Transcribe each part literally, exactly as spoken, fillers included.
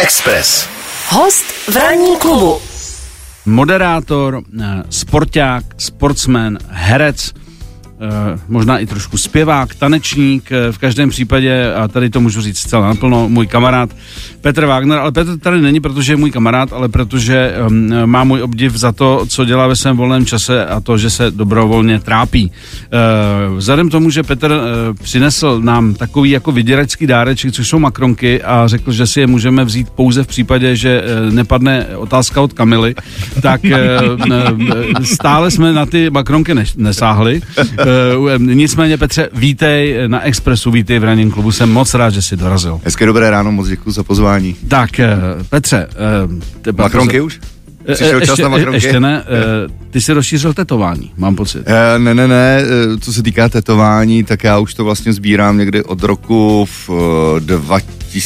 Express. Host v ranní klubu. Moderátor, sporták, sportsman, herec, možná i trošku zpěvák, tanečník, v každém případě, a tady to můžu říct zcela naplno, můj kamarád Petr Wagner, ale Petr tady není, protože je můj kamarád, ale protože um, má můj obdiv za to, co dělá ve svém volném čase a to, že se dobrovolně trápí. Uh, vzhledem tomu, že Petr uh, přinesl nám takový jako vyděračský dáreček, což jsou makronky, a řekl, že si je můžeme vzít pouze v případě, že uh, nepadne otázka od Kamily, tak uh, uh, stále jsme na ty makronky ne- nesáhli. Uh, nicméně, Petře, vítej na Expressu, vítej v ranním klubu, jsem moc rád, že jsi dorazil. Hezké dobré ráno, moc děkuji za pozvání. Tak, uh, Petře. Uh, makronky už? Přišel ještě, čas na makronky? Ještě ne, uh, ty jsi rozšířil tetování, mám pocit. Uh, ne, ne, ne, co se týká tetování, tak já už to vlastně sbírám někdy od roku v uh, dva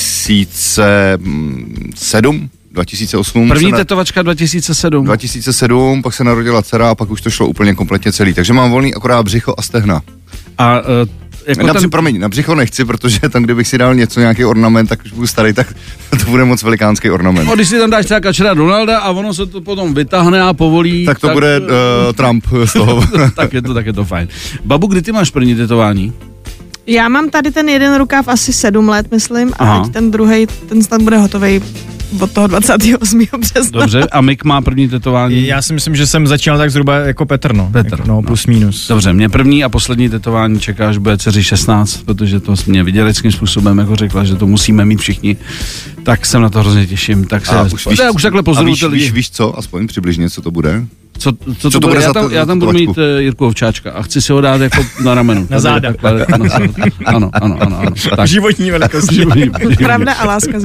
tisíce sedm. dva tisíce osm. První na... tetovačka dva tisíce sedm. dva tisíce sedm, pak se narodila dcera a pak už to šlo úplně kompletně celý. Takže mám volný akorát břicho a stehna. A uh, jako na, ten... promiň, na břicho nechci, protože tam, kdybych si dal něco, nějaký ornament, tak už budu starý, tak to bude moc velikánský ornament. No, když si tam dáš třeba kačera Donalda a ono se to potom vytáhne a povolí. Tak to tak... bude uh, Trump z toho. tak, je to, tak je to fajn. Babu, kdy ty máš první tetování? Já mám tady ten jeden rukáv asi sedm let, myslím, a Aha. teď ten druhej, ten snad bude hotovej od toho dvacátého osmého března. Dobře, a Mik má první tetování? Já si myslím, že jsem začínal tak zhruba jako Petr, no. Petr, jako, no, plus no. minus. Dobře, mě první a poslední tetování čeká, až bude dceři šestnáct, protože to mě vyděleckým způsobem jako řekla, že to musíme mít všichni. Tak se na to hrozně těším. Tak se, už, víš, já už takhle pozoruju. víš, víš, víš co, aspoň přibližně, co to bude? Co, co, co to to bude? bude Já za tam, to, já tam budu mít uh, Jirku Ovčáčka a chci si ho dát jako na ramenu. Na záda. Takhle, na záda. Ano, ano, ano. ano. Tak. Životní velikost. Pravda a láska.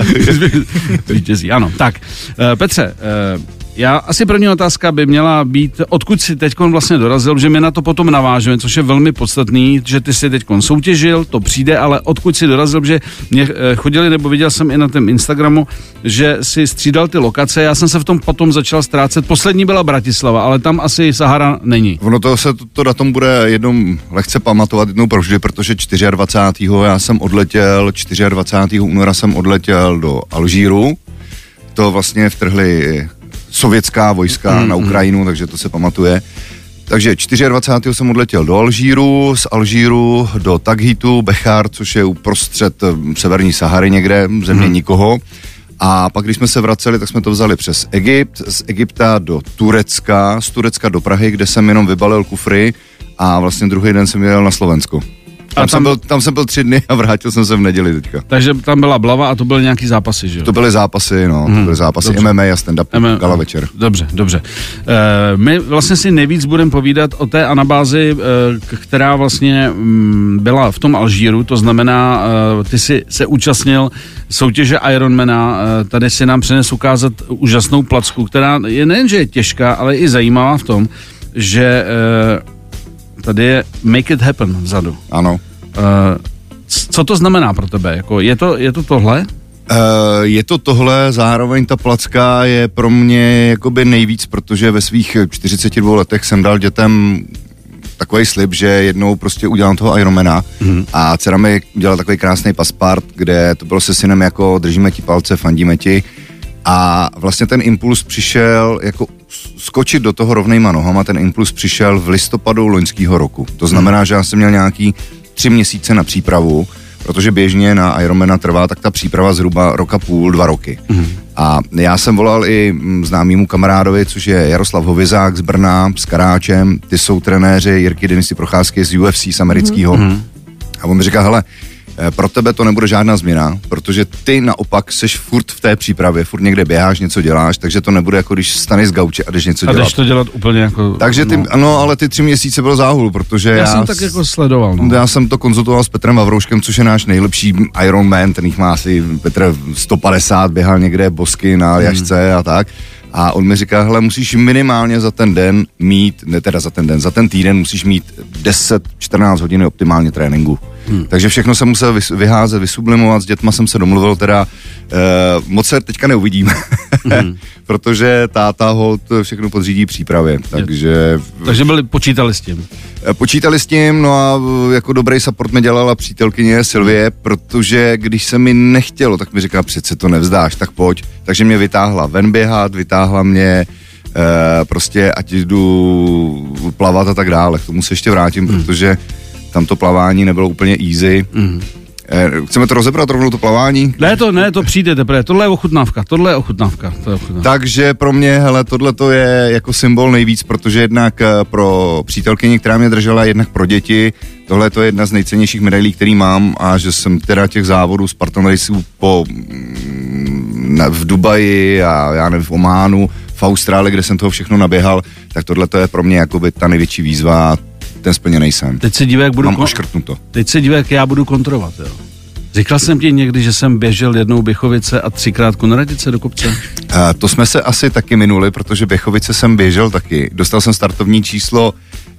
Vítězí, ano. Tak, uh, Petře, uh, já asi první otázka by měla být, odkud si teďkon vlastně dorazil, že my na to potom navážeme, což je velmi podstatný, že ty si teďkon soutěžil, to přijde, ale odkud si dorazil, že mě chodili, nebo viděl jsem i na tom Instagramu, že si střídal ty lokace, já jsem se v tom potom začal ztrácet, poslední byla Bratislava, ale tam asi Sahara není. Ono to se to, to datum bude jednou lehce pamatovat, jednou provždy, protože dvacátého čtvrtého já jsem odletěl, dvacátého čtvrtého února jsem odletěl do Alžíru, to vlastně vtrhli sovětská vojska mm, na Ukrajinu, mm. takže to se pamatuje. Takže dvacátého čtvrtého jsem odletěl do Alžíru, z Alžíru do Taghitu, Bechar, což je uprostřed severní Sahary někde, země mm. nikoho. A pak, když jsme se vraceli, tak jsme to vzali přes Egypt, z Egypta do Turecka, z Turecka do Prahy, kde jsem jenom vybalil kufry a vlastně druhý den jsem jel na Slovensko. Tam, tam, jsem byl, tam jsem byl tři dny a vrátil jsem se v neděli teďka. Takže tam byla Blava a to byly nějaký zápasy, že jo? To byly zápasy, no, hmm, to byly zápasy dobře. M M A a stand-up, M M A, gala večer. Dobře, dobře. E, my vlastně si nejvíc budeme povídat o té anabázi, e, která vlastně m, byla v tom Alžíru, to znamená, e, ty jsi se účastnil soutěže Ironmana, e, tady si nám přines ukázat úžasnou placku, která je nejenže je těžká, ale i zajímavá v tom, že e, tady je Make It Happen vzadu. Ano. Uh, co to znamená pro tebe? Jako, je, to, je to tohle? Uh, je to tohle, zároveň ta placka je pro mě jakoby nejvíc, protože ve svých čtyřiceti dvou letech jsem dal dětem takový slib, že jednou prostě udělám toho Ironmana mm. a dcera mi udělala takový krásný paspart, kde to bylo se synem jako držíme ti palce, fandíme ti a vlastně ten impuls přišel jako skočit do toho rovnejma nohama, ten impuls přišel v listopadu loňského roku. To znamená, mm. že já jsem měl nějaký tři měsíce na přípravu, protože běžně na Ironmana trvá tak ta příprava zhruba roka půl, dva roky. Mm. A já jsem volal i známýmu kamarádovi, což je Jaroslav Hovězák z Brna, s Karáčem, ty jsou trenéři Jirky Denisy Procházky z U F C, z amerického. Mm. A on mi říká, hele, pro tebe to nebude žádná změna, protože ty naopak seš furt v té přípravě, furt někde běháš, něco děláš, takže to nebude jako když staneš z gauče a jdeš něco dělat. A jdeš to dělat úplně jako... Takže ty, no. ano, ale ty tři měsíce byl záhul, protože já... Já jsem tak jako sledoval, no. Já jsem to konzultoval s Petrem Vavrouškem, což je náš nejlepší Ironman, ten jich má asi Petr sto padesát, běhal někde bosky na Aljašce hmm. a tak. A on mi říká, hele, musíš minimálně za ten den mít, ne teda za ten den, za ten týden musíš mít deset čtrnáct hodin optimálně tréninku. Hmm. Takže všechno jsem musel vys- vyházet, vysublimovat, s dětma jsem se domluvil teda, eh, moc se teďka neuvidíme, hmm. protože táta holt všechno podřídí přípravě, takže... Takže byli, počítali s tím. Počítali s tím, no a jako dobrý support mi dělala přítelkyně Sylvie, protože když se mi nechtělo, tak mi říkala, přece to nevzdáš, tak pojď. Takže mě vytáhla ven běhat, vytáhla mě e, prostě, ať jdu plavat a tak dále. K tomu se ještě vrátím, mm. protože tam to plavání nebylo úplně easy. Mm. E, chceme to rozebrat rovnou to plavání? Ne, to ne, to přijde teprve. Tohle je ochutnávka, tohle je ochutnávka. To je ochutnávka. Takže pro mě, hele, tohle to je jako symbol nejvíc, protože jednak pro přítelkyni, která mě držela, jednak pro děti, tohle to je jedna z nejcennějších medailí, který mám, a že jsem teda těch závodů Spartan Raceů po ne, v Dubaji a já nevím, v Ománu, v Austrálii, kde jsem toho všechno naběhal, tak tohle to je pro mě jakoby ta největší výzva, ten splněnej jsem. Teď se dívej, jak budu mám kon... oškrtnuto. Teď se dívej, jak já budu kontrovat, jo. Říkal jsem ti někdy, že jsem běžel jednou Běchovice a třikrát Kunradice do kopce? Uh, to jsme se asi taky minuli, protože Běchovice jsem běžel taky. Dostal jsem startovní číslo,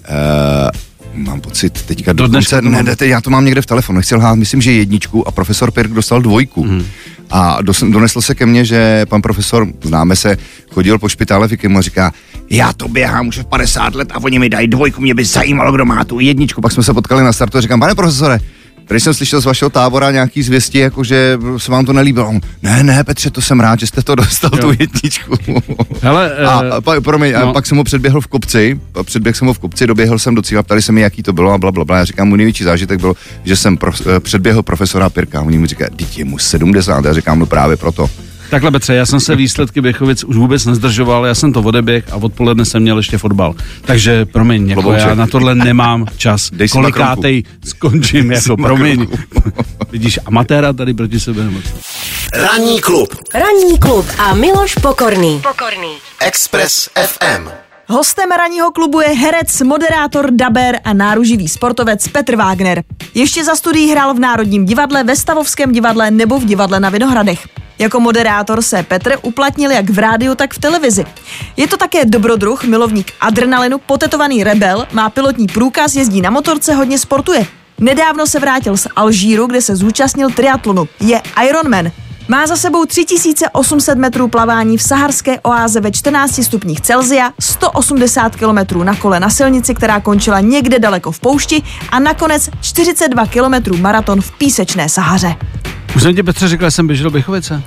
uh, mám pocit teďka do konce, ne, ne, já to mám někde v telefonu, nechci lhát, myslím, že jedničku a profesor Pirk dostal dvojku. Mm. A dos, donesl se ke mně, že pan profesor, známe se, chodil po špitále Fikimu a říká, já to běhám už v padesát let a oni mi dají dvojku, mě by zajímalo, kdo má tu jedničku. Pak jsme se potkali na startu a říkám, pane profesore, když jsem slyšel z vašeho tábora nějaký zvěsti, jako že se vám to nelíbilo. Ne, ne, Petře, to jsem rád, že jste to dostal, jo. Tu jedničku. Hele, a, uh, pa, promiň, no. a pak jsem ho předběhl v kopci, předběhl jsem ho v kopci, doběhl jsem do cíle, ptali se mi, jaký to bylo a blablabla. Já říkám, můj největší zážitek byl, že jsem pro, předběhl profesora Pirka. Oni mi říkají, teď je mu sedmdesát, já říkám, no právě proto. Takhle, Petře, já jsem se výsledky Běchovic už vůbec nezdržoval, já jsem to odeběh a odpoledne jsem měl ještě fotbal. Takže promiň, jako já na tohle nemám čas. Kolikátej skončím, jako promiň. Vidíš amatéra tady proti sebe nebo co? Ranní klub. Ranní klub a Miloš Pokorný. Pokorný. Express ef em. Hostem ranního klubu je herec, moderátor, daber a náruživý sportovec Petr Wagner. Ještě za studií hrál v Národním divadle, ve Stavovském divadle nebo v divadle na Vinohradech. Jako moderátor se Petr uplatnil jak v rádiu, tak v televizi. Je to také dobrodruh, milovník adrenalinu, potetovaný rebel, má pilotní průkaz, jezdí na motorce, hodně sportuje. Nedávno se vrátil z Alžíru, kde se zúčastnil triatlonu. Je Ironman. Má za sebou tři tisíce osm set metrů plavání v saharské oáze ve čtrnácti stupních Celsia, sto osmdesát kilometrů na kole na silnici, která končila někde daleko v poušti, a nakonec čtyřicet dva kilometrů maraton v písečné Sahaře. Už jsem ti, Petře, říkal, že jsem běžel do Běchovice.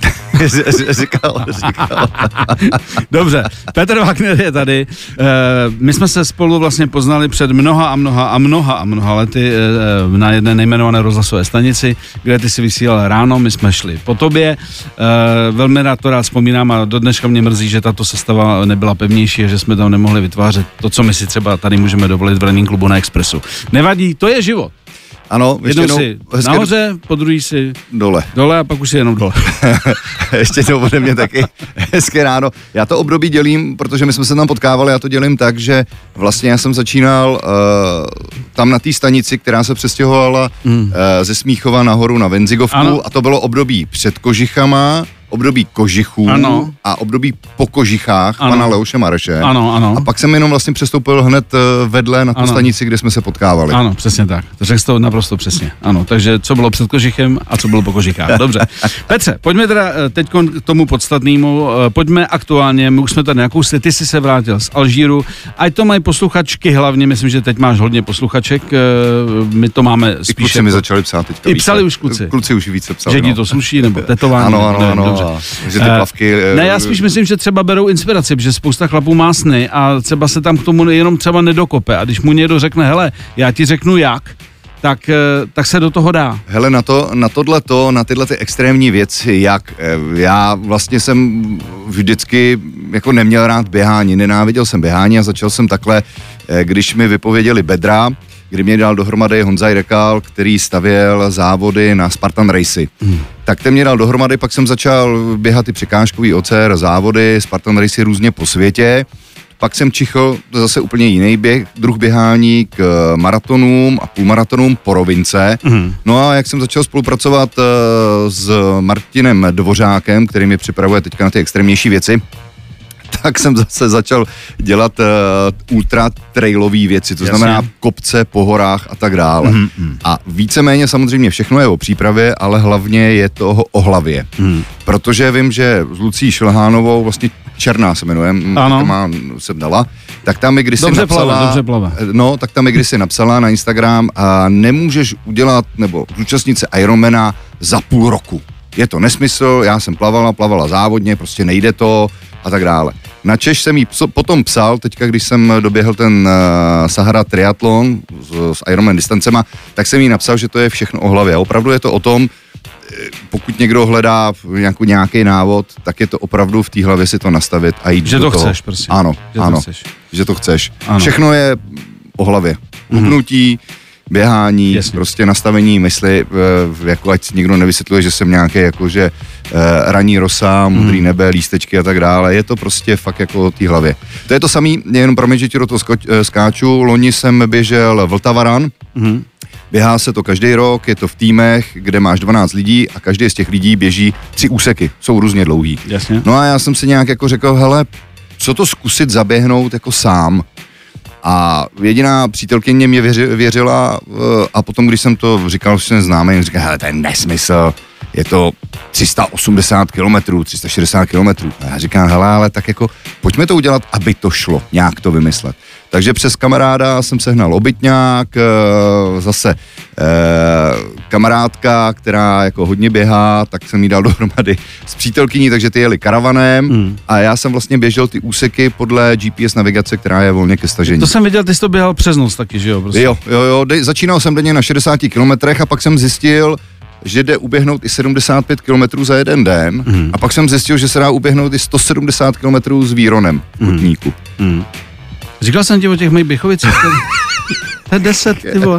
říkal, říkal. Dobře, Petr Wagner je tady. E, my jsme se spolu vlastně poznali před mnoha a mnoha a mnoha a mnoha lety e, na jedné nejmenované rozhlasové stanici, kde ty si vysílal ráno, my jsme šli po tobě. E, velmi rád to rád vzpomínám a do dneška mě mrzí, že tato sestava nebyla pevnější a že jsme tam nemohli vytvářet to, co my si třeba tady můžeme dovolit v ranním klubu na Expressu. Nevadí, to je život. Ano, ještě jednou jednou si hezké... nahoře, po druhý si dole. Dole a pak už si jenom dole. Ještě jednou ode mě taky hezké ráno. Já to období dělím, protože my jsme se tam potkávali, já to dělím tak, že vlastně já jsem začínal uh, tam na té stanici, která se přestěhovala mm. uh, ze Smíchova nahoru na Venzigovku, ano. A to bylo období před Kožichama, období kožichů, ano. A období po kožichách, ano. Pana Leoše Mareše. Ano, ano. A pak jsem jenom vlastně přestoupil hned vedle na tu ano. stanici, kde jsme se potkávali. Ano, přesně tak. To řekl jsi to naprosto přesně. Ano, takže co bylo před kožichem a co bylo po kožichách. Dobře. Petře, pojďme teda teď k tomu podstatnému. Pojďme aktuálně, my už jsme tady nějakou ty jsi se vrátil z Alžíru. Ať to mají posluchačky hlavně, myslím, že teď máš hodně posluchaček. My to máme spíše. I kluci mi začali psát teďka. I psali už kluci. Kluci už více psali. Že ti to sluší, nebo tetování. Ano, ano, ano. Že ty plavky... Uh, ne, já spíš myslím, že třeba berou inspiraci, protože spousta chlapů má sny a třeba se tam k tomu jenom třeba nedokope. A když mu někdo řekne, hele, já ti řeknu jak, tak, tak se do toho dá. Hele, na to, na tohleto, na tyhle ty extrémní věci, jak já vlastně jsem vždycky jako neměl rád běhání, nenáviděl jsem běhání a začal jsem takhle, když mi vypověděli bedra, kdy mě dal dohromady Honza Jdekal, který stavěl závody na Spartan Racy. Hmm. Tak ten mě dal dohromady, pak jsem začal běhat ty překážkový O C R závody, Spartan Racy různě po světě. Pak jsem čichl zase úplně jiný běh, druh běhání k maratonům a půlmaratonům po rovince. Hmm. No a jak jsem začal spolupracovat uh, s Martinem Dvořákem, který mi připravuje teďka na ty extrémnější věci, tak jsem zase začal dělat uh, ultra trailové věci, to Jasně. znamená kopce po horách a tak dále. Mm-hmm. A víceméně samozřejmě všechno je o přípravě, ale hlavně je to o hlavě. Mm. Protože vím, že s Lucí Šilhánovou, vlastně Černá se jmenuje, má jsem dala, tak tam mi kdysi dobře napsala, plave, dobře plave. no, tak tam mi kdysi napsala na Instagram a nemůžeš udělat nebo zúčastnit se Ironmana za půl roku. Je to nesmysl, já jsem plavala, plavala závodně, prostě nejde to a tak dále. Na Češ jsem jí potom psal, teďka když jsem doběhl ten uh, Sahara triatlon s, s Ironman distancema, tak jsem jí napsal, že to je všechno o hlavě. A opravdu je to o tom, pokud někdo hledá nějakou, nějaký návod, tak je to opravdu v té hlavě si to nastavit a jít že do to toho. Chceš, prostě. Ano, že ano, to chceš. že to chceš. Ano. Všechno je o hlavě. Hubnutí, běhání, Jasně. prostě nastavení mysli, jako ať někdo nevysvětluje, že jsem nějaký jakože raní rosa, modrý hmm. nebe, lístečky a tak dále. Je to prostě fakt jako o té hlavě. To je to samý, jenom promiň, že ti do toho skáču. Loni jsem běžel Vltavaran. Hmm. Běhá se to každý rok, je to v týmech, kde máš dvanáct lidí a každý z těch lidí běží tři úseky, jsou různě dlouhý. Jasně. No a já jsem si nějak jako řekl, hele, co to zkusit zaběhnout jako sám. A jediná přítelkyně mě věři, věřila a potom, když jsem to říkal, že jsem známý, říkal, hele, to je nesmysl, je to tři sta osmdesát kilometrů, tři sta šedesát kilometrů. A já říkám, hele, ale tak jako, pojďme to udělat, aby to šlo, nějak to vymyslet. Takže přes kamaráda jsem sehnal obytňák, zase kamarádka, která jako hodně běhá, tak jsem jí dal dohromady s přítelkyní, takže ty jeli karavanem mm. a já jsem vlastně běžel ty úseky podle G P S navigace, která je volně ke stažení. To jsem viděl, ty jsi to běhal přes noc taky, že jo? Prostě. Jo, jo, jo, de, začínal jsem denně na šedesáti kilometrech a pak jsem zjistil, že jde uběhnout i sedmdesát pět kilometrů za jeden den mm. a pak jsem zjistil, že se dá uběhnout i sto sedmdesát kilometrů s Víronem v Kutníku. Mm. Mm. Říkal jsem ti o těch mých Běchovicích. To je deset, ty vole.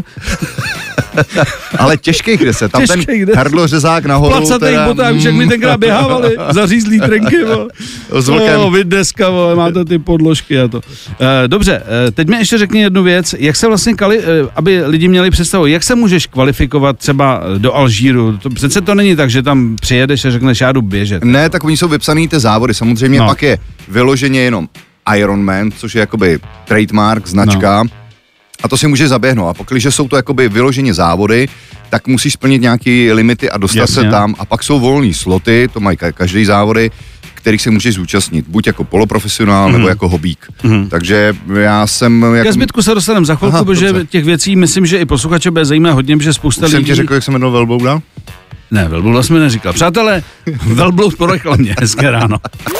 Ale těžkých deset, tam těžkých ten deset. Hrdlo řezák nahoru. Placatých botách, už jak mi tenkrát běhávali, zařízlý trenky, s vlkem. No, vy dneska, vole, máte ty podložky a to. E, dobře, e, teď mi ještě řekni jednu věc, jak se vlastně, kali, e, aby lidi měli představu, jak se můžeš kvalifikovat třeba do Alžíru? To, přece to není tak, že tam přijedeš a řekneš, já jdu běžet. Ne, tak oni jsou vypsaný ty závody, samozřejmě no. Pak je vyloženě jenom Ironman, což je jakoby trademark, značka, no. A to si může zaběhnout. A pokud jsou to jakoby vyloženě závody, tak musíš splnit nějaké limity a dostat Jasně. se tam. A pak jsou volný sloty, to mají každý závody, kterých se můžeš zúčastnit. Buď jako poloprofesionál, mm-hmm. nebo jako hobík. Mm-hmm. Takže já jsem... Jak... Ke zbytku se dostaneme za chvilku, Aha, protože dobře. Těch věcí myslím, že i posluchače bude zajímá hodně, že spousta Už lidí... jsem ti řekl, jak se jmenuje Velblouda? Ne, Velblouda jsme neříkal. Přátelé, Velbloud po reklamě. Hezké ráno.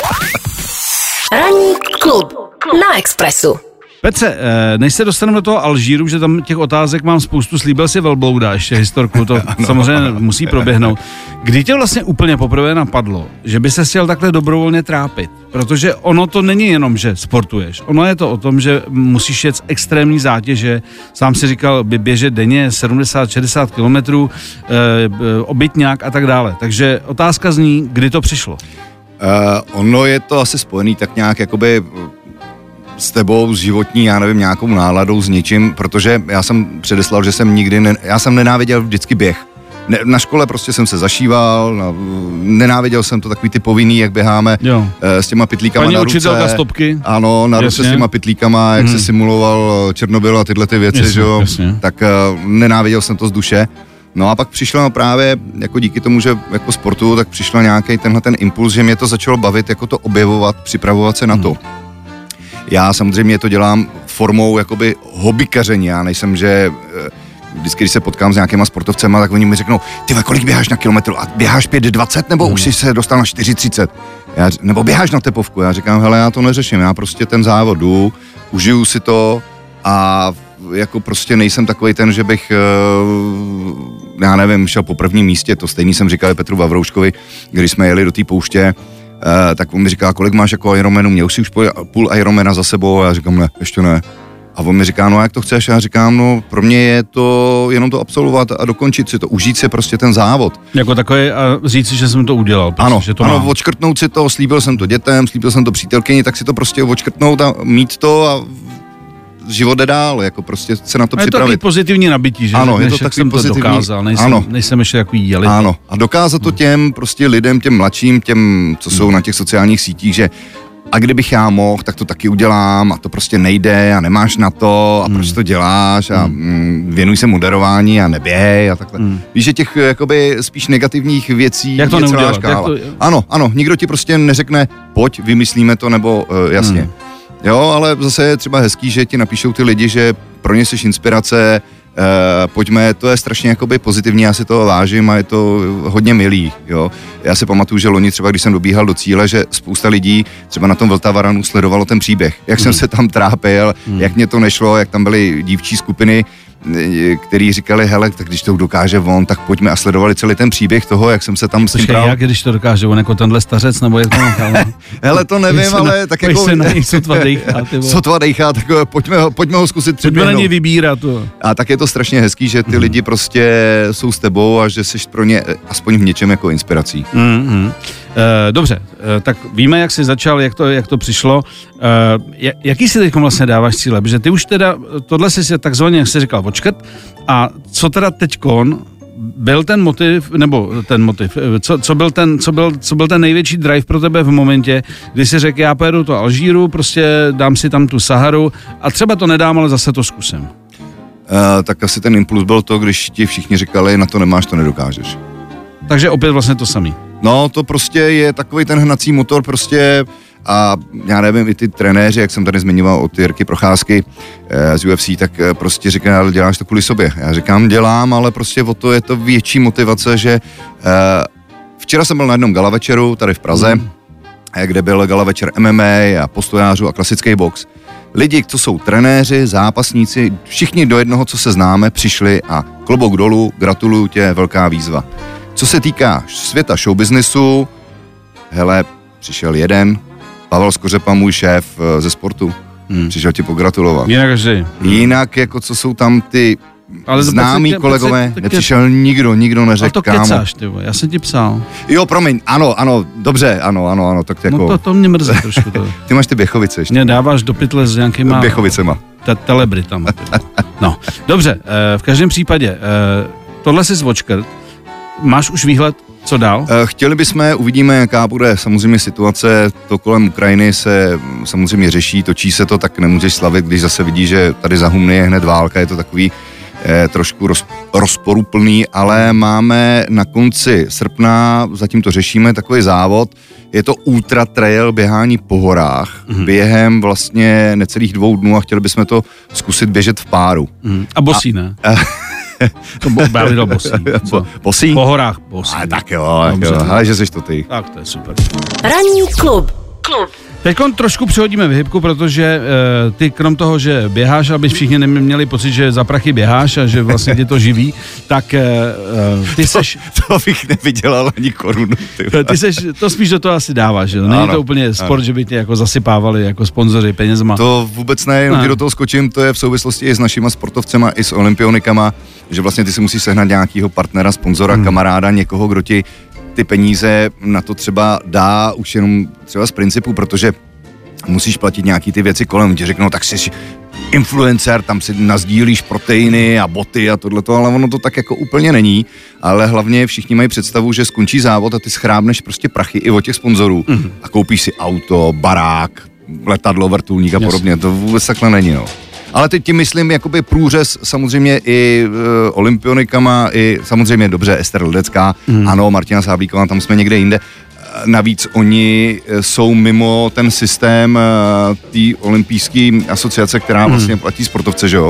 Ranní klub na Expressu. Petře, než se dostaneme do toho Alžíru, že tam těch otázek mám spoustu, slíbil si Velblouda, ještě historku, to no. samozřejmě musí proběhnout. Kdy tě vlastně úplně poprvé napadlo, že by se chtěl takhle dobrovolně trápit? Protože ono to není jenom, že sportuješ. Ono je to o tom, že musíš jet z extrémní zátěže. Sám si říkal, by běžet denně sedmdesát šedesát kilometrů, e, obytňák a tak dále. Takže otázka zní, kdy to přišlo? Uh, ono je to asi spojený tak nějak jakoby... s tebou, s životní, já nevím, nějakou náladou, s něčím, protože já jsem předeslal, že jsem nikdy, ne, já jsem nenáviděl vždycky běh. Ne, na škole prostě jsem se zašíval, na, nenáviděl jsem to takový ty povinný, jak běháme jo. s těma pytlíkama Paní na ruce. učitelka stopky. Ano, na ruce s těma pytlíkama, jak hmm. se simuloval Černobyl a tyhle ty věci, jasně, že jo, jasně. Tak uh, nenáviděl jsem to z duše. No a pak přišlo právě, jako díky tomu, že jako sportu, tak přišel nějaký tenhle ten impuls, že mě to začalo bavit, jako to objevovat, připravovat se na to. Hmm. Já samozřejmě to dělám formou jakoby hobbykaření, já nejsem, že vždycky, když se potkám s nějakýma sportovcema, tak oni mi řeknou, ty kolik běháš na kilometru a běháš pět dvacet nebo hmm. už jsi se dostal na čtyři třicet, já, nebo běháš na tepovku, já říkám, hele, já to neřeším, já prostě ten závod jdu, užiju si to a jako prostě nejsem takovej ten, že bych, já nevím, šel po prvním místě, to stejný jsem říkal Petru Vavrouškovi, když jsme jeli do té pouště. Uh, tak on mi říká, kolik máš jako Ironmanu, měl jsi už půl Ironmana za sebou a já říkám, ne, ještě ne. A on mi říká, no jak to chceš? Já říkám, no pro mě je to jenom to absolvovat a dokončit si to, užít si prostě ten závod. Jako takový a říct si, že jsem to udělal. Prostě, ano, že to ano, mám. odškrtnout si to, slíbil jsem to dětem, slíbil jsem to přítelkyni, tak si to prostě odškrtnout a mít to a život jde dál, jako prostě se na to a připravit. Je to takový pozitivní nabití, že ano, řekneš, je to takový jsem pozitivní. To dokázal, nejsem, ano. nejsem ještě takový jeli. Ano, a dokázat to těm prostě lidem, těm mladším, těm, co jsou na těch sociálních sítích, že a kdybych já mohl, tak to taky udělám a to prostě nejde a nemáš na to a hmm. proč to děláš a hmm. věnuj se moderování a neběhej a takhle. Hmm. Víš, že těch jakoby spíš negativních věcí jak to je celá neudělat, škála. jak to... Ano, ano, nikdo ti prostě neřekne, pojď, vymyslíme to, nebo uh, jasně. Hmm. Jo, ale zase je třeba hezký, že ti napíšou ty lidi, že pro ně jsi inspirace, uh, pojďme, to je strašně jakoby pozitivní, já si toho vážím a je to hodně milý, jo. Já si pamatuju, že loni třeba, když jsem dobíhal do cíle, že spousta lidí třeba na tom Vltavaranu sledovalo ten příběh, jak hmm. jsem se tam trápil, hmm. jak mě to nešlo, jak tam byly dívčí skupiny, který říkali, hele, tak když to dokáže on, tak pojďme a sledovali celý ten příběh toho, jak jsem se tam s tím prál. Jak když to dokáže on, jako tenhle stařec, nebo jak to nechal? Hele, to nevím, ale na, tak jako... se na něj sotva dejchá, ty vole. Sotva dejchá, tak pojďme ho, pojďme ho zkusit předběhnout. Pojďme na ně vybírat. To. A tak je to strašně hezký, že ty mm. lidi prostě jsou s tebou a že jsi pro ně aspoň v něčem jako inspirací. Mm-hmm. Uh, dobře, uh, tak víme, jak jsi začal, jak to, jak to přišlo. Uh, jaký si teď vlastně dáváš cíle? Protože ty už teda, tohle jsi si takzvaně, jak jsi říkal, odškrt. A co teda teďkon byl ten motiv, nebo ten motiv, co, co, byl ten, co, byl, co byl ten největší drive pro tebe v momentě, kdy jsi řekl, já pojedu to Alžíru, prostě dám si tam tu Saharu a třeba to nedám, ale zase to zkusím. Uh, tak asi ten impuls byl to, když ti všichni říkali, na to nemáš, to nedokážeš. Takže opět vlastně to samý. No, to prostě je takový ten hnací motor prostě a já nevím, i ty trenéři, jak jsem tady zmiňoval od Jirky Procházky eh, z U F C, tak eh, prostě říkají, ale děláš to kvůli sobě. Já říkám, dělám, ale prostě o to je to větší motivace, že eh, včera jsem byl na jednom gala večeru tady v Praze, mm. eh, kde byl gala večer M M A a postojářů a klasický box. Lidi, co jsou trenéři, zápasníci, všichni do jednoho, co se známe, přišli a klobouk dolů, gratuluju tě, velká výzva. Co se týká světa showbiznesu, hele, přišel jeden, Pavel Skořepa, můj šéf ze sportu, hmm. přišel ti pogratulovat. Jinak každý. Jinak, jako co jsou tam ty ale známí tě, kolegové, tě, nepřišel je... nikdo, nikdo neřekl, kámo. Ale to kecáš, ty já jsem ti psal. Jo, promiň, ano, ano, dobře, ano, ano, ano, tak jako... No to, to mě mrzí trošku. To. Ty máš ty Běchovice ještě. Mě dáváš do pytle s nějakýma... Běchovicema. Te- telebritama. No, dobře, v každém případě, tohle si zvočkrt. Máš už výhled, co dál? Chtěli bychom, uvidíme, jaká bude samozřejmě situace, to kolem Ukrajiny se samozřejmě řeší, točí se to, tak nemůžeš slavit, když zase vidíš, že tady za humny je hned válka, je to takový eh, trošku roz, rozporuplný, ale máme na konci srpna, zatím to řešíme, takový závod, je to ultra trail běhání po horách, mm-hmm. během vlastně necelých dvou dnů a chtěli bychom to zkusit běžet v páru. Mm-hmm. A bosí, a, ne? A, to bavilo bosí. Po, bosí? Po horách bosí. Ale tak jo, tak jo. Ale že jsi to ty. Tak to je super. Ranní klub. Klub. Teď trošku přihodíme vyhybku, protože uh, ty krom toho, že běháš, aby všichni neměli pocit, že za prachy běháš a že vlastně tě to živí, tak uh, ty seš... To, to bych nevydělal ani korunu. Ty, ty seš, to spíš do toho asi dáváš, že? Není ano, to úplně sport, ano. Že by tě jako zasypávali jako sponzoři penězma. To vůbec ne, jenom ti do toho skočím, to je v souvislosti i s našima sportovcema, i s olympionikama, že vlastně ty si musíš sehnat nějakýho partnera, sponzora, hmm. kamaráda, někoho, kdo ti ty peníze na to třeba dá už jenom třeba z principu, protože musíš platit nějaký ty věci kolem, ti řeknou, tak jsi influencer, tam si nazdílíš proteiny a boty a tohleto, ale ono to tak jako úplně není, ale hlavně všichni mají představu, že skončí závod a ty schrábneš prostě prachy i od těch sponzorů mm-hmm. a koupíš si auto, barák, letadlo, vrtulník a podobně, yes. To vůbec takhle není, no. Ale teď tím myslím jakoby průřez samozřejmě i e, olympionikama, i samozřejmě dobře Ester Ledecká, mm. ano, Martina Sáblíková, tam jsme někde jinde. Navíc oni jsou mimo ten systém e, té olympijské asociace, která vlastně platí sportovce, že jo?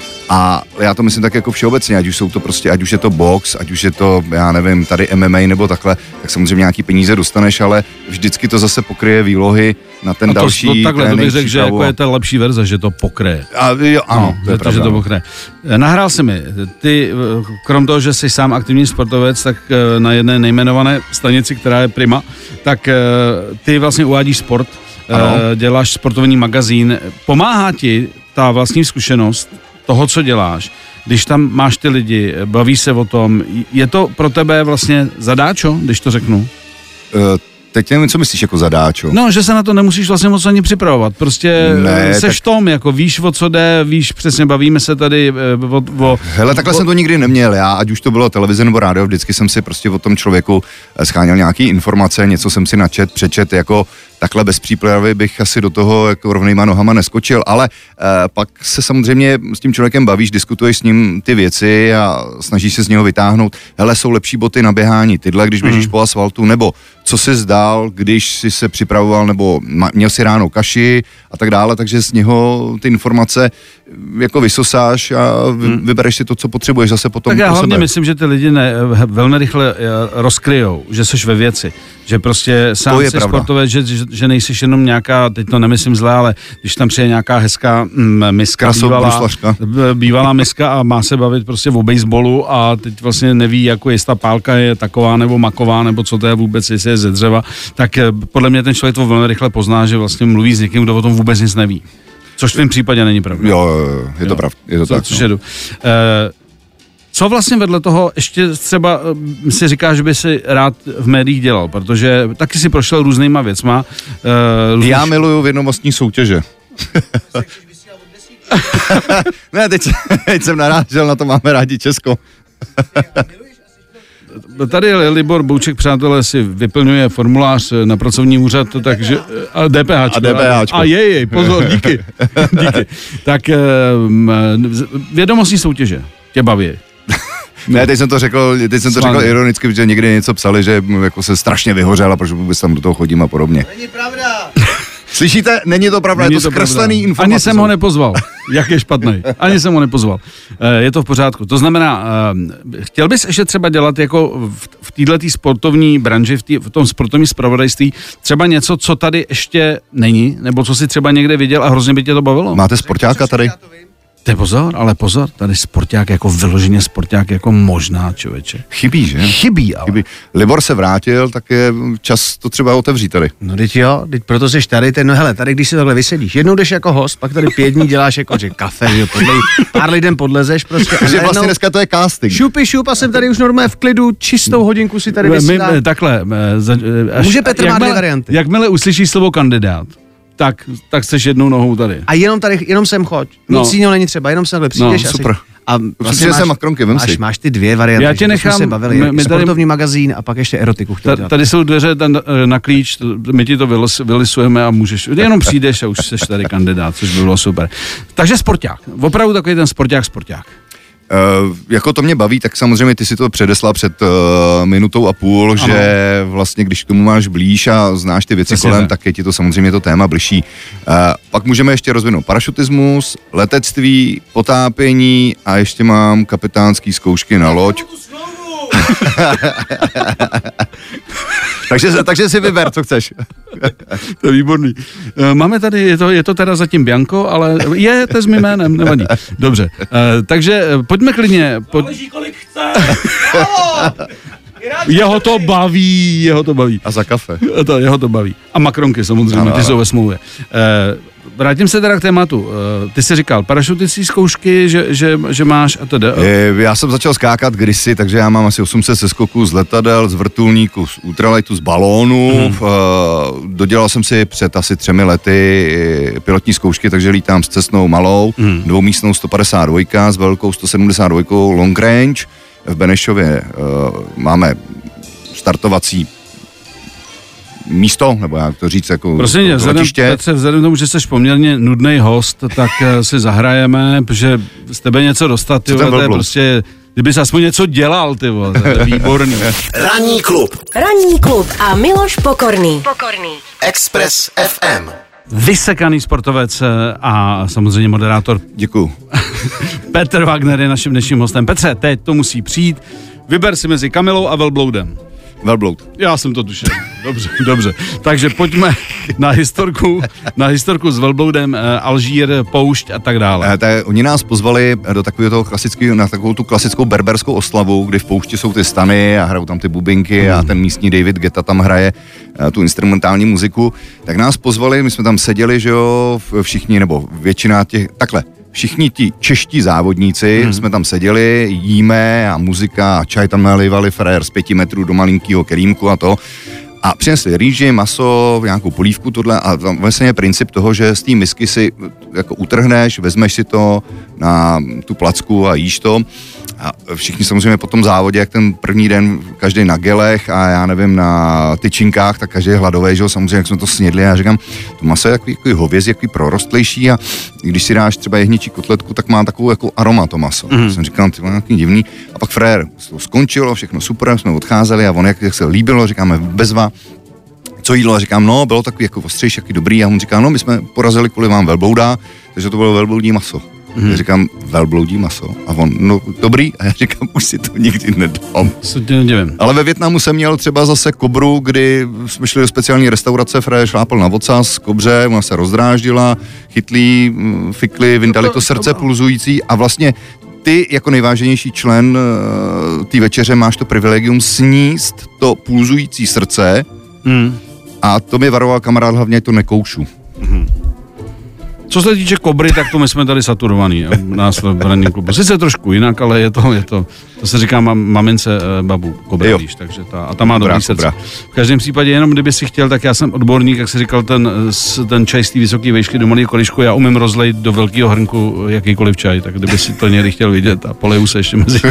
A já to myslím tak jako všeobecně, ať už jsou to prostě, ať už je to box, ať už je to, já nevím, tady M M A nebo takhle, tak samozřejmě nějaký peníze dostaneš, ale vždycky to zase pokryje výlohy na ten a to, další to takhle, to bych řekl, že jako je ta lepší verze, že to pokryje. A, jo, ano, no, to je pravda. Že to pokryje. Nahrál si mi, ty, krom toho, že jsi sám aktivní sportovec, tak na jedné nejmenované stanici, která je Prima, tak ty vlastně uvádíš sport, ano. Děláš sportovní magazín, pomáhá ti ta vlastní zkušenost toho, co děláš, když tam máš ty lidi, baví se o tom, je to pro tebe vlastně zadáčo, když to řeknu? Uh, teď nevím, co myslíš jako zadáčo. No, že se na to nemusíš vlastně moc ani připravovat, prostě ne, seš tak... tom, jako víš, o co jde, víš, přesně bavíme se tady o... o Hele, takhle o... jsem to nikdy neměl, já, ať už to bylo televize nebo rádio, vždycky jsem si prostě o tom člověku scháněl nějaký informace, něco jsem si načet, přečet, jako takhle bez přípravy bych asi do toho jako rovnýma nohama neskočil, ale uh, pak se samozřejmě s tím člověkem bavíš, diskutuješ s ním ty věci a snažíš se z něho vytáhnout, hele, jsou lepší boty na běhání, tyhle, když běžíš mm. po asfaltu, nebo co jsi zdál, když jsi se připravoval, nebo měl si ráno kaši a tak dále, takže z něho ty informace jako vysosáš a vy, hmm. vybereš si to, co potřebuješ zase potom. Tak já pro hlavně sebe. myslím, že ty lidi ne, velmi rychle rozkryjou, že jsi ve věci, že prostě sám jsi sportovec, že, že, že nejsi jenom nějaká, teď to nemyslím zle, ale když tam přijde nějaká hezká mm, miska, bývalá, bývalá miska a má se bavit prostě o baseballu a teď vlastně neví, jako jestli ta pálka je taková nebo maková, nebo co to je vůbec, jestli je ze dřeva, tak podle mě ten člověk to velmi rychle pozná, že vlastně mluví s někým, kdo o tom vůbec nic neví. Což v tvém případě není pravda. Jo, je to pravda. Je to co, tak. Což no. jedu. E, co vlastně vedle toho ještě třeba si říkáš, že by si rád v médiích dělal, protože taky si prošel různýma věcma. E, různý... Já miluju vědomostní soutěže. Ne, teď, teď jsem narážel, na to máme rádi Česko. Tady Libor Bouček, přátelé, si vyplňuje formulář na pracovní úřad, takže a DPHčko. A DPHčko. A jej, jej, pozor, díky. díky. Tak vědomostní soutěže tě baví. Ne, teď jsem to řekl, teď jsem to řekl ironicky, protože někdy něco psali, že jako se strašně vyhořel a proč vůbec tam do toho chodím a podobně. Není pravda. Slyšíte? Není to pravda, není je to, to zkreslený informace. Ani jsem ho nepozval. Jak je špatný. Ani jsem ho nepozval. Je to v pořádku. To znamená, chtěl bys ještě třeba dělat jako v této sportovní branži, v, tý, v tom sportovním zpravodajství, třeba něco, co tady ještě není, nebo co si třeba někde viděl a hrozně by tě to bavilo? Máte sportáka tady? Ty pozor, ale pozor, tady sporták jako vyloženě sporták jako možná, člověče. Chybí, že? Chybí, ale. Chybí. Libor se vrátil, tak je čas to třeba otevřít tady. No teď jo, teď proto jsi tady, ten, no hele, tady když si takhle vysedíš, jednou jdeš jako host, pak tady pět dní děláš jako, že kafe, že podlej, pár lidem podlezeš prostě. Takže vlastně dneska to je casting. Šupi, šup a jsem tady už normálně v klidu, čistou hodinku si tady vysílám. Takhle. Až, Může Petr má dvě varianty. Jakmile uslyšíš slovo kandidát, tak, tak chceš jednou nohou tady. A jenom tady, jenom sem choď. No. Nic jiného není třeba, jenom sem takhle přijdeš. No, super. A vlastně máš, makronky, máš, máš ty dvě varianty. Já tě nechám. Se bavili, my, my sportovní tady, magazín a pak ještě erotiku chtěl dělat. Tady jsou dveře ten, na klíč, my ti to vylis, vylisujeme a můžeš, jenom přijdeš a už seš tady kandidát, což by bylo super. Takže sporták. Opravdu takový ten sporták, sporták. Uh, jako to mě baví, tak samozřejmě ty si to předeslal před uh, minutou a půl, ano. Že vlastně když k tomu máš blíž a znáš ty věci kolem, ne. Tak je ti to samozřejmě to téma bližší. Uh, pak můžeme ještě rozvinout parašutismus, letectví, potápění a ještě mám kapitánský zkoušky na loď. takže, takže si vyber, co chceš. To je výborný. Máme tady, je to, je to teda zatím Bianco, ale je to s mým jménem, nevadí. Dobře, takže pojďme klidně. Pojď... Záleží, kolik chce. Jeho to baví, jeho to baví. A za kafe. To, jeho to baví. A makronky samozřejmě, ty jsou ve smlouvě. Vrátím se teda k tématu. Ty jsi říkal, parašutické zkoušky, že, že, že máš a teda. Já jsem začal skákat kdysi, takže já mám asi osm set seskoků z letadel, z vrtulníků, z ultralightu, z balónů. Hmm. Dodělal jsem si před asi třemi lety pilotní zkoušky, takže lítám s Cessnou malou, hmm. dvoumístnou sto padesát dva, s velkou sto sedmdesát dva long range. V Benešově máme startovací místo, nebo jak to říct, jako Prosím, vzhledem, Petře, vzhledem tomu, že jsi poměrně nudný host, tak si zahrajeme, protože z tebe něco dostat, ty vole, to je prostě, kdyby jsi aspoň něco dělal, ty vole, to je výborný. Ranní klub. Ranní klub a Miloš Pokorný. Pokorný. Express ef em. Vysekaný sportovec a samozřejmě moderátor. Děkuju. Petr Wagner je naším dnešním hostem. Petře, teď to musí přijít. Vyber si mezi Kamilou a Velbloudem. Velbloud. Já jsem to tušil. Dobře, dobře. Takže pojďme na historku, na historku s Velbloudem, Alžír, poušť a tak dále. Tak, oni nás pozvali do takového toho klasického, na takovou tu klasickou berberskou oslavu, kdy v poušti jsou ty stany a hrajou tam ty bubinky hmm. a ten místní David Guetta tam hraje tu instrumentální muziku. Tak nás pozvali, my jsme tam seděli, že jo, všichni, nebo většina těch, takhle, všichni ti čeští závodníci, hmm. jsme tam seděli, jíme a muzika a čaj tam nalivali frajer z pěti metrů do malinkýho kelímku a to. A přinesli rýži, maso, nějakou polívku, tohle a tam vlastně je princip toho, že z té misky si jako utrhneš, vezmeš si to na tu placku a jíš to. A všichni samozřejmě po tom závodě, jak ten první den, každý na gelech a já nevím, na tyčinkách, tak každý je hladový, že jo, samozřejmě, jak jsme to snědli a já říkám, to maso je takový, takový hovězí, takový prorostlejší a když si dáš třeba jehničí kotletku, tak má takovou jako aroma to maso. Mm. Jsem říkal, ty nějaký divný. A pak frér, to skončilo, všechno super, jsme odcházeli a on, jak, jak se líbilo, říkáme bezva, co jídlo, a říkám, no, bylo takový jako ostřejší, jaký dobrý, a on říká, no, my jsme porazili kvůli vám velblouda, takže to bylo velbloudí maso. Hmm. Já říkám, velbloudí maso. A on, no dobrý, a já říkám, už si to nikdy nedám. Ale ve Vietnamu jsem měl třeba zase kobru, kdy jsme šli do speciální restaurace, Frér šlápl na ocas, kobře, ona se rozdráždila, chytlí, fikli, vyndali to srdce pulzující a vlastně ty jako nejváženější člen uh, té večeře máš to privilegium sníst to pulzující srdce hmm. a to mi varoval kamarád, hlavně to nekoušu. Hmm. Co se týče kobry, tak to my jsme tady saturovaný nás v ranním klubu. Sice trošku jinak, ale je to, je to, to se říká mam, mamince babu kobra, víš, takže ta, a ta má dobrý srdce. V každém případě, jenom kdyby si chtěl, tak já jsem odborník, jak jsi říkal, ten, ten čaj z té vysoký vejšky do malého kolíšku, já umím rozlejt do velkého hrnku jakýkoliv čaj, tak kdyby si to někdy chtěl vidět a poleju se ještě mezi,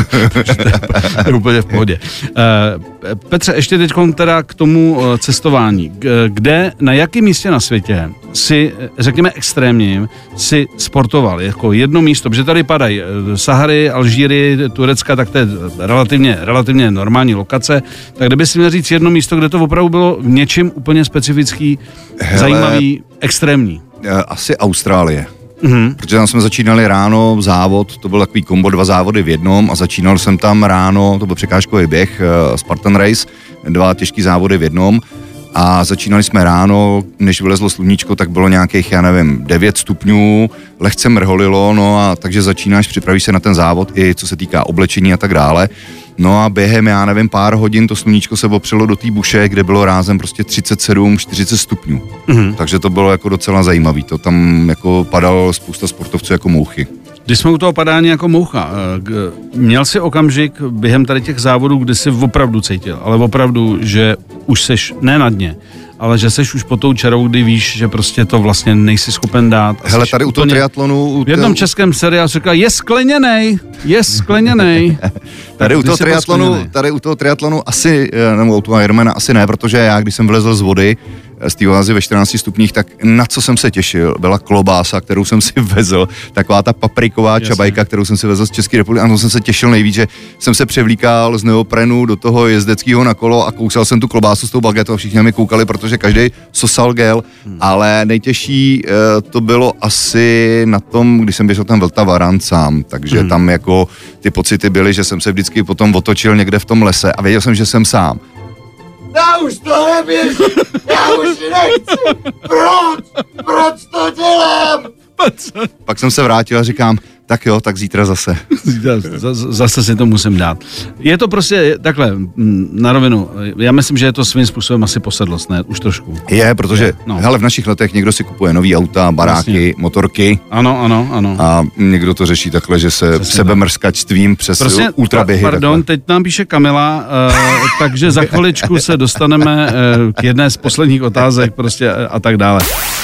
to je úplně v pohodě. Uh, Petře, ještě teď teda k tomu cestování. Kde, na jakém místě na světě si, řekněme extrémně, si sportoval jako jedno místo, protože tady padají Sahary, Alžíry, Turecka, tak to je relativně, relativně normální lokace, tak kdyby si měl říct jedno místo, kde to opravdu bylo v něčím úplně specifický, hele, zajímavý, extrémní. Asi Austrálie. Mm-hmm. Protože tam jsme začínali ráno závod, to byl takový kombo, dva závody v jednom a začínal jsem tam ráno, to byl překážkový běh, Spartan Race, dva těžký závody v jednom. A začínali jsme ráno, než vylezlo sluníčko, tak bylo nějakých, já nevím, devět stupňů, lehce mrholilo, no a takže začínáš, připravíš se na ten závod i co se týká oblečení a tak dále. No a během, já nevím, pár hodin to sluníčko se opřelo do té buše, kde bylo rázem prostě třicet sedm čtyřicet stupňů. Mm-hmm. Takže to bylo jako docela zajímavý, to tam jako padalo spousta sportovců jako mouchy. Když jsme u toho padání jako moucha, měl jsi okamžik během tady těch závodů, kdy jsi opravdu cítil, ale opravdu, že už seš ne na dně, ale že seš už pod tou čarou, kdy víš, že prostě to vlastně nejsi schopen dát. Hele, tady u toho triatlonu... V jednom českém seriálu se říká, je skleněnej, je skleněnej. tady, u toho triatlonu, tady u toho triatlonu asi, nebo u toho Ironmana asi ne, protože já, když jsem vylezl z vody, z té oázy ve čtrnácti stupních, tak na co jsem se těšil, byla klobása, kterou jsem si vezl, taková ta papriková Jasně. čabajka, kterou jsem si vezl z České republiky, a to jsem se těšil nejvíc, že jsem se převlíkal z neoprenu do toho jezdeckého na kolo a kousal jsem tu klobásu s tou bagetou a všichni na mě koukali, protože každý sosal gel, hmm. ale nejtěžší to bylo asi na tom, když jsem běžel tam Vltava sám, takže hmm. tam jako ty pocity byly, že jsem se vždycky potom otočil někde v tom lese a věděl jsem, že jsem sám. Já už to neběžím, já už nechci, proč, proč to dělám? Pak jsem se vrátil a říkám, tak jo, tak zítra zase. Zase si to musím dát. Je to prostě takhle, na rovinu, já myslím, že je to svým způsobem asi posedlost, ne? Už trošku. Je, protože, no. hele, v našich letech někdo si kupuje nový auta, baráky, Vlastně. motorky. Ano, ano, ano. A někdo to řeší takhle, že se sebemrskačstvím přes prostě, ultraběhy. Pardon, takhle. teď nám píše Kamila, uh, takže za chviličku se dostaneme uh, k jedné z posledních otázek prostě a tak dále.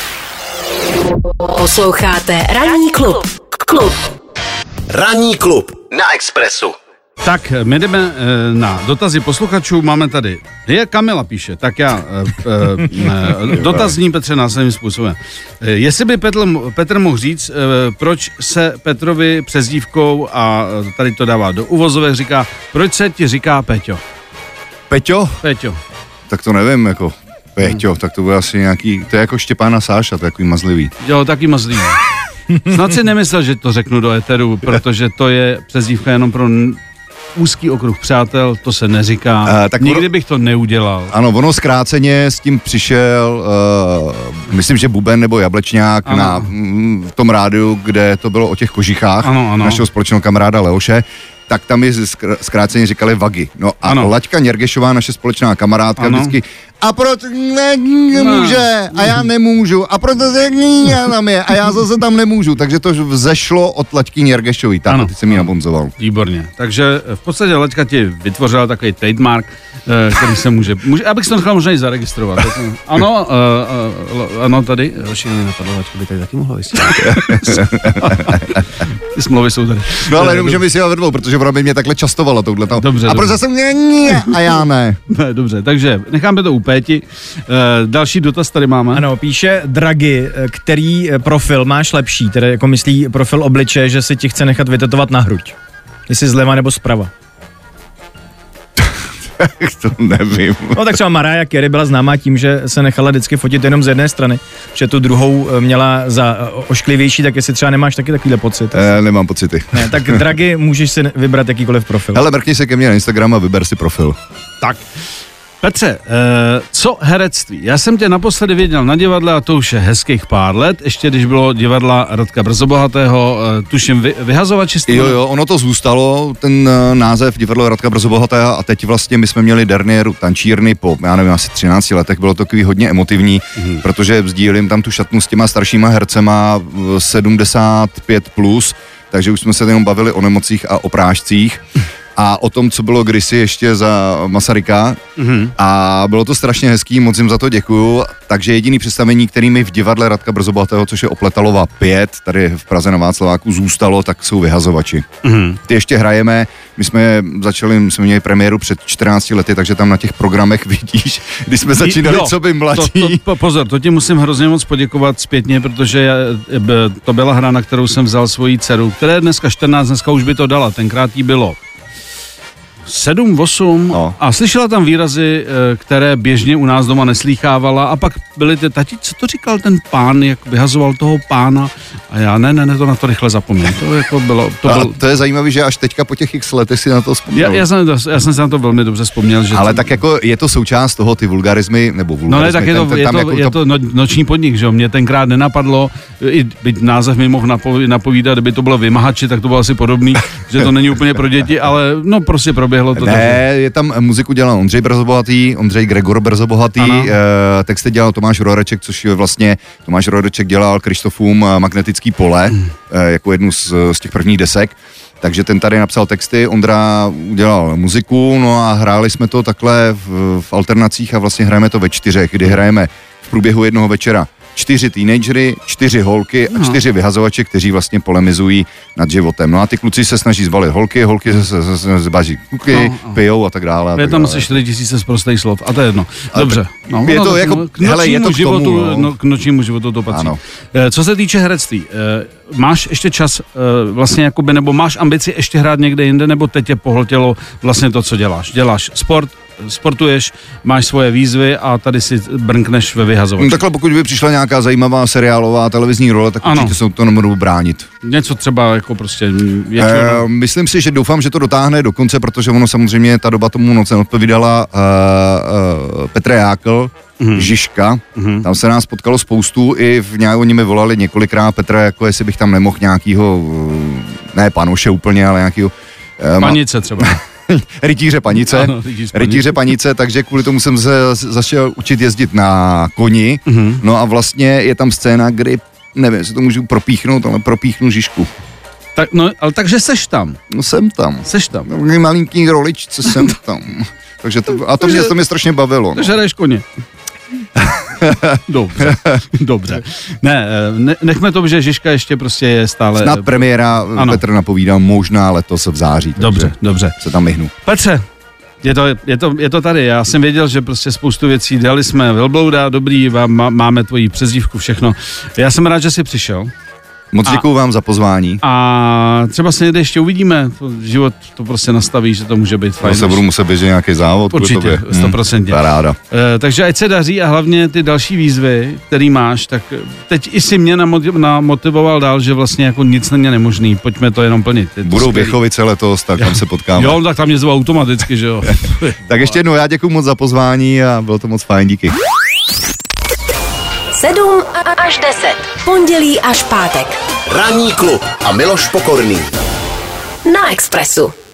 Posloucháte Ranní klub. Klub. Ranní klub na Expressu. Tak, my jdeme e, na dotazy posluchačů, máme tady, je Kamila píše, tak já, e, e, dotazní Petře následným způsobem. E, jestli by Petr, Petr mohl říct, e, proč se Petrovi přezdívkou, a tady to dává do uvozovek, říká, proč se ti říká Peťo? Peťo? Peťo. Tak to nevím, jako Peťo, hmm. tak to bude asi nějaký, to je jako Štěpán a Sáša, to je takový mazlivý. Jo, taky mazlivý. Snad si nemyslel, že to řeknu do éteru, protože to je přezdívka jenom pro úzký okruh přátel, to se neříká. Uh, tak Nikdy ono, bych to neudělal. Ano, ono zkráceně s tím přišel, uh, myslím, že Buben nebo Jablečňák ano. na m, v tom rádiu, kde to bylo o těch kožichách, ano, ano. našeho společného kamaráda Leoše, tak tam mi zkráceně říkali Vagi. No a ano. Laďka Něrgešová, naše společná kamarádka, ano. vždycky a proč ne, nemůže a já nemůžu a proč se tam je a já zase tam nemůžu, takže to vzešlo od Laďky Něrgešový, tak ty jsem ji nabonzoval. Výborně, takže v podstatě Laďka ti vytvořila takový trademark, který se může, může abych si to nechal možná i zaregistrovat. Tak, ano, uh, uh, ano, tady. Další mě napadlo, Laďka by tady taky mohla vysvětlit. Ty smlouvy jsou tady. No ale nemůžeme vysvětlit ve dvou, protože ona by mě takhle častovala touhle. Dobře, a dobře. proč zase mě ne, a já ne. Ne, dobře, takže necháme to u Péti. E, další dotaz tady máme. Ano, píše Draghi, který profil máš lepší, tedy jako myslí profil obličeje, že si ti chce nechat vytetovat na hruď. Jestli zleva nebo zprava. To nevím. No tak třeba Mariah Carey byla známá tím, že se nechala vždycky fotit jenom z jedné strany, že tu druhou měla za ošklivější, tak jestli třeba nemáš taky takovýhle pocit. E, nemám pocity. Ne, tak Draghi, můžeš si vybrat jakýkoliv profil. Hele, mrkni se ke mně na Instagram a vyber si profil. Tak. Petře, eh, co herectví? Já jsem tě naposledy viděl na divadle a to už je hezkých pár let, ještě když bylo divadla Radka Brzobohatého, eh, tuším vy, vyhazovači. Jo, jo, ono to zůstalo, ten uh, název divadlo Radka Brzobohatého a teď vlastně my jsme měli derniéru tančírny po, já nevím, asi třinácti letech, bylo to takový hodně emotivní, mm. protože sdílím tam tu šatnu s těma staršíma hercema sedmdesát pět plus, takže už jsme se jenom bavili o nemocích a o prášcích. A o tom, co bylo kdysi ještě za Masaryka. Mm-hmm. A bylo to strašně hezký, moc jim za to děkuju. Takže jediný představení, který mi v divadle Radka Brzobohatého, což je Opletalova pět, tady v Praze na Václaváku, zůstalo, tak jsou vyhazovači. Mm-hmm. Ty ještě hrajeme, my jsme začali, my jsme měli premiéru před čtrnácti lety, takže tam na těch programech vidíš, když jsme začínali, jo, co by mladí. To, to, pozor, to ti musím hrozně moc poděkovat zpětně, protože já, to byla hra, na kterou jsem vzal svoji dceru, která je dneska čtrnáct, dneska už by to dala, tenkrát jí bylo sedm, osm no. A slyšela tam výrazy, které běžně u nás doma neslýchávala a pak byly ty, tati, co to říkal ten pán, jak vyhazoval toho pána a já ne, ne, ne, to na to rychle zapomněl. To jako bylo, to, byl... to je zajímavé, že až teďka po těch x letech si na to vzpomněl. Já, já, jsem, já jsem si na to velmi dobře vzpomněl. Že ale to... tak jako je to součást toho, ty vulgarizmy, nebo vulgarizmy. No ne, tak je to, ten, ten, je to, jako je to no, noční podnik, že jo, mě tenkrát nenapadlo, i byť název mi mohl napovídat, kdyby to bylo vymahači, tak to bylo asi podobný, že to není úplně pro děti, ale no prostě proběhlo to. Ne, tak, je tam muziku dělal Ondřej Brzobohatý, Ondřej Gregor Brzobohatý, e, texty dělal Tomáš Roreček, což je vlastně, Tomáš Roreček dělal Krištofům Magnetický pole, mm. e, jako jednu z, z těch prvních desek, takže ten tady napsal texty, Ondra udělal muziku, no a hráli jsme to takhle v, v alternacích a vlastně hrajeme to ve čtyřech, kdy hrajeme v průběhu jednoho večera čtyři teenagery, čtyři holky a čtyři vyhazovače, kteří vlastně polemizují nad životem. No a ty kluci se snaží zbalit holky, holky se, se, se zbaží kluky, no, no. pijou a tak dále. A je tak tam dále. asi čtyři tisíce z prostých slov a to je jedno. Dobře. No, je no, to tak, jako, k nočnímu, hele, je to k životu, tomu, no. no, k nočnímu životu to patří. Ano. Co se týče herectví, máš ještě čas vlastně jakoby, nebo máš ambici ještě hrát někde jinde, nebo teď tě pohltilo vlastně to, co děláš? Děláš sport, sportuješ, máš svoje výzvy a tady si brnkneš ve vyhazovači. No, takhle pokud by přišla nějaká zajímavá seriálová televizní role, tak ano. Určitě se to nebudu bránit. Něco třeba jako prostě... E, myslím si, že doufám, že to dotáhne do konce, protože ono samozřejmě ta doba tomu moc neodpovídala. Uh, uh, Petr Jákl, mm. Žižka, mm. tam se nás potkalo spoustu, i v nějak, oni mi volali několikrát Petra, jako jestli bych tam nemohl nějakýho, ne panoše úplně, ale nějakýho... Uh, Panice třeba. Rytíře panice, ano, rytíř panice. rytíře panice, takže kvůli tomu jsem se začal učit jezdit na koni, mm-hmm. no a vlastně je tam scéna, kdy, nevím, jestli to můžu propíchnout, ale propíchnu Žižku. Tak, no, ale takže seš tam. No jsem tam. Seš tam. No, malinký roličce jsem tam. Takže to, a to, takže, mě, to mě strašně bavilo. Takže hraješ koně. Dobře, dobře. Ne, ne, nechme to, že Žižka ještě prostě je stále... Snad premiéra, ano. Petr napovídá, možná letos v září. Dobře, dobře. Se tam myhnu. Petře, je to, je, to, je to tady, já jsem věděl, že prostě spoustu věcí dali jsme Velblouda, dobrý, má, máme tvoji přezdívku, všechno. Já jsem rád, že jsi přišel. Moc děkuju vám za pozvání. A třeba se někde ještě uvidíme, to, život to prostě nastaví, že to může být fajn. To se budu muset běžet nějaký závod. Určitě, sto procent. Hmm, paráda. E, takže ať se daří a hlavně ty další výzvy, který máš, tak teď i si mě namotivoval dál, že vlastně jako nic není nemožný, pojďme to jenom plnit. To budou Běchovice letos, tak tam se potkáme. Jo, tak tam mě zvou automaticky, že jo. Tak ještě jednou, já děkuju moc za pozvání a bylo to moc fajn, díky. sedm až deset. Pondělí až pátek. Ranní klub a Miloš Pokorný. Na Expressu.